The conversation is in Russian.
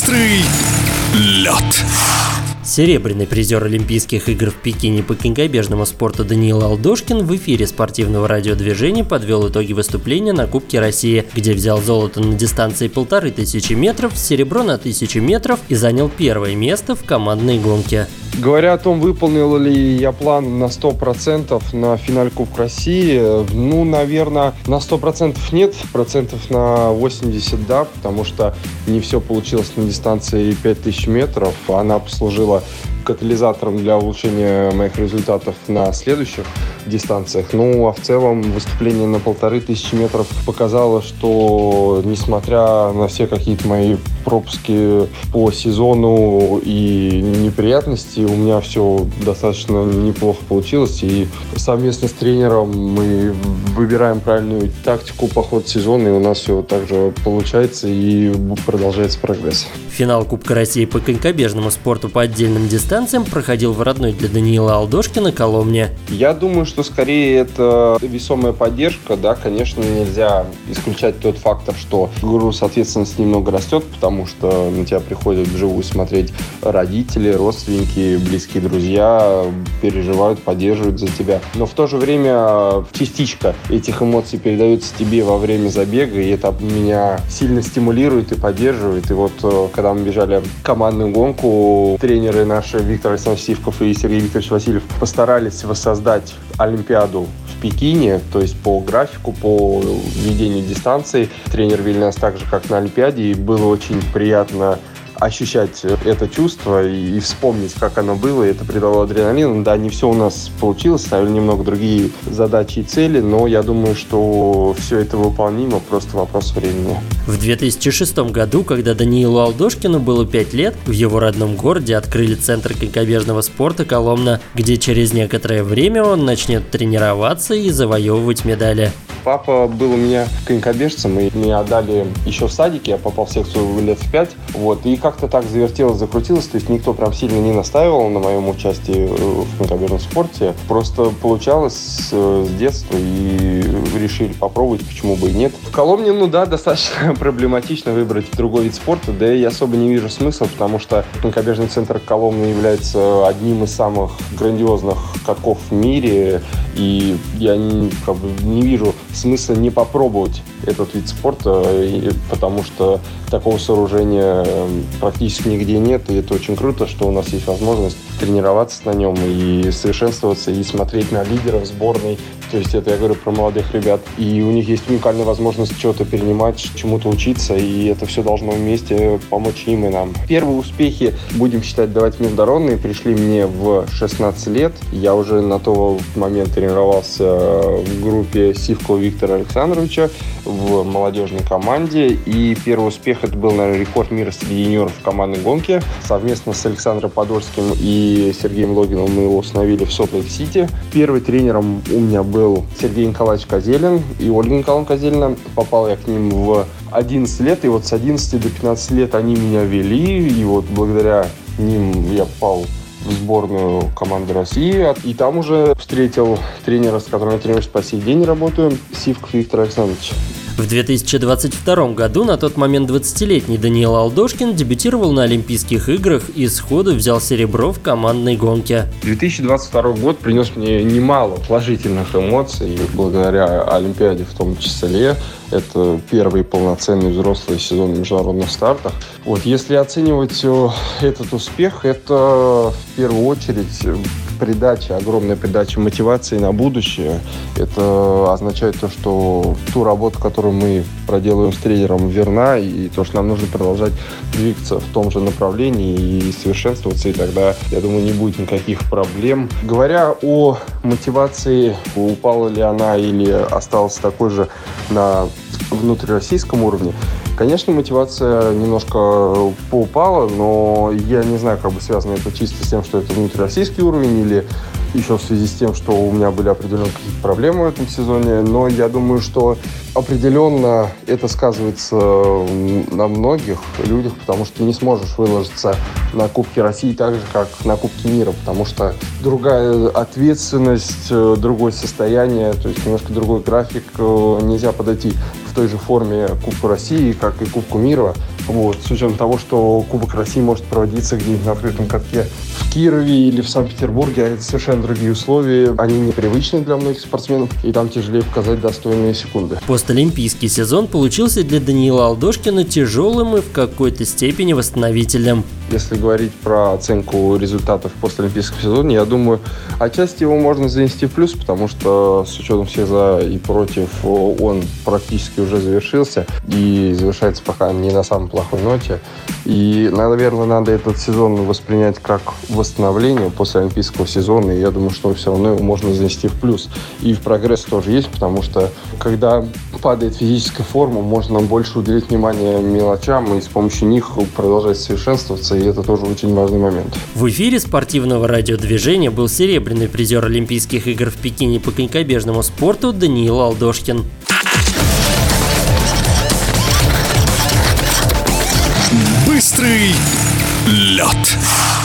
Быстрый лед. Серебряный призер Олимпийских игр в Пекине по конькобежному спорту Даниил Алдошкин в эфире спортивного радиодвижения подвел итоги выступления на Кубке России, где взял золото на дистанции 1500 метров, серебро на 1000 метров и занял первое место в командной гонке. Говоря о том, выполнил ли я план на 100% на финале Кубка России, наверное, на 100% нет, процентов на 80 да, потому что не все получилось на дистанции 5000 метров. Она послужила катализатором для улучшения моих результатов на следующих дистанциях. А в целом выступление на 1500 метров показало, что несмотря на все какие-то мои пропуски по сезону и неприятности, у меня все достаточно неплохо получилось. И совместно с тренером мы выбираем правильную тактику по ходу сезона, и у нас все также получается и продолжается прогресс. Финал Кубка России по конькобежному спорту по отдельным дистанциям проходил в родной для Даниила Алдошкина Коломне. Я думаю, что скорее это весомая поддержка. Да, конечно, нельзя исключать тот фактор, что груз ответственности немного растет, потому что на тебя приходят вживую смотреть родители, родственники, близкие друзья, переживают, поддерживают за тебя. Но в то же время частичка этих эмоций передается тебе во время забега, и это меня сильно стимулирует и поддерживает. И вот когда мы бежали командную гонку, тренеры наши Виктор Александрович Сивков и Сергей Викторович Васильев постарались воссоздать Олимпиаду в Пекине, то есть по графику, по ведению дистанции. Тренер вели нас так же, как на Олимпиаде, и было очень приятно ощущать это чувство и вспомнить, как оно было, и это придало адреналин. Да, не все у нас получилось, ставили немного другие задачи и цели, но я думаю, что все это выполнимо, просто вопрос времени. В 2006 году, когда Даниилу Алдошкину было 5 лет, в его родном городе открыли Центр конькобежного спорта «Коломна», где через некоторое время он начнет тренироваться и завоевывать медали. Папа был у меня конькобежцем, и меня отдали еще в садике, я попал в секцию лет в 5, и как-то так завертелось, закрутилось, то есть никто прям сильно не настаивал на моем участии в конькобежном спорте, просто получалось с детства и решили попробовать, почему бы и нет. В Коломне, достаточно проблематично выбрать другой вид спорта, да и особо не вижу смысла, потому что конькобежный центр Коломны является одним из самых грандиозных катков в мире, и я не вижу смысла не попробовать этот вид спорта, потому что такого сооружения практически нигде нет, и это очень круто, что у нас есть возможность тренироваться на нем и совершенствоваться, и смотреть на лидеров сборной. То есть это я говорю про молодых ребят. И у них есть уникальная возможность чего-то перенимать, чему-то учиться, и это все должно вместе помочь им и нам. Первые успехи, будем считать, давать международные, пришли мне в 16 лет. Я уже на тот момент тренировался в группе Сивкова Виктора Александровича в молодежной команде. И первый успех это был, наверное, рекорд мира среди юниоров в командной гонке. Совместно с Александром Подольским и Сергеем Логиновым мы его установили в Солт-Лейк-Сити. Первым тренером у меня был Сергей Николаевич Козелин и Ольга Николаевна Козелина. Попал я к ним в 11 лет, и вот с 11 до 15 лет они меня вели, и вот благодаря ним я попал в сборную команды России. И там уже встретил тренера, с которым я тренируюсь по сей день, работаю, Сивков Виктор Александрович. В 2022 году на тот момент 20-летний Даниил Алдошкин дебютировал на Олимпийских играх и сходу взял серебро в командной гонке. 2022 год принес мне немало положительных эмоций, благодаря Олимпиаде в том числе. Это первый полноценный взрослый сезон в международных стартах. Если оценивать этот успех, это в первую очередь огромная придача мотивации на будущее. Это означает то, что ту работу, которую мы проделываем с тренером, верна, и то, что нам нужно продолжать двигаться в том же направлении и совершенствоваться, и тогда, я думаю, не будет никаких проблем. Говоря о мотивации, упала ли она или осталась такой же на внутрироссийском уровне, конечно, мотивация немножко поупала, но я не знаю, связано это чисто с тем, что это внутрироссийский уровень, или еще в связи с тем, что у меня были определенные какие-то проблемы в этом сезоне, но я думаю, что определенно это сказывается на многих людях, потому что ты не сможешь выложиться на Кубке России так же, как на Кубке мира, потому что другая ответственность, другое состояние, то есть немножко другой график, нельзя подойти в той же форме Кубку России, как и Кубку мира, Вот, с учетом того, что Кубок России может проводиться где-нибудь на открытом катке в Кирове или в Санкт-Петербурге, а это совершенно другие условия, они непривычны для многих спортсменов, и там тяжелее показать достойные секунды. Постолимпийский сезон получился для Даниила Алдошкина тяжелым и в какой-то степени восстановительным. Если говорить про оценку результатов постолимпийского сезона, я думаю, отчасти его можно занести в плюс, потому что с учетом всех за и против он практически уже завершился и завершается пока не на самой плохой ноте. И, наверное, надо этот сезон воспринять как восстановление после олимпийского сезона, и я думаю, что все равно его можно занести в плюс. И в прогресс тоже есть, потому что когда падает физическая форма, можно больше уделить внимание мелочам и с помощью них продолжать совершенствоваться, и это тоже очень важный момент. В эфире спортивного радиодвижения был серебряный призер Олимпийских игр в Пекине по конькобежному спорту Даниил Алдошкин. Быстрый лед.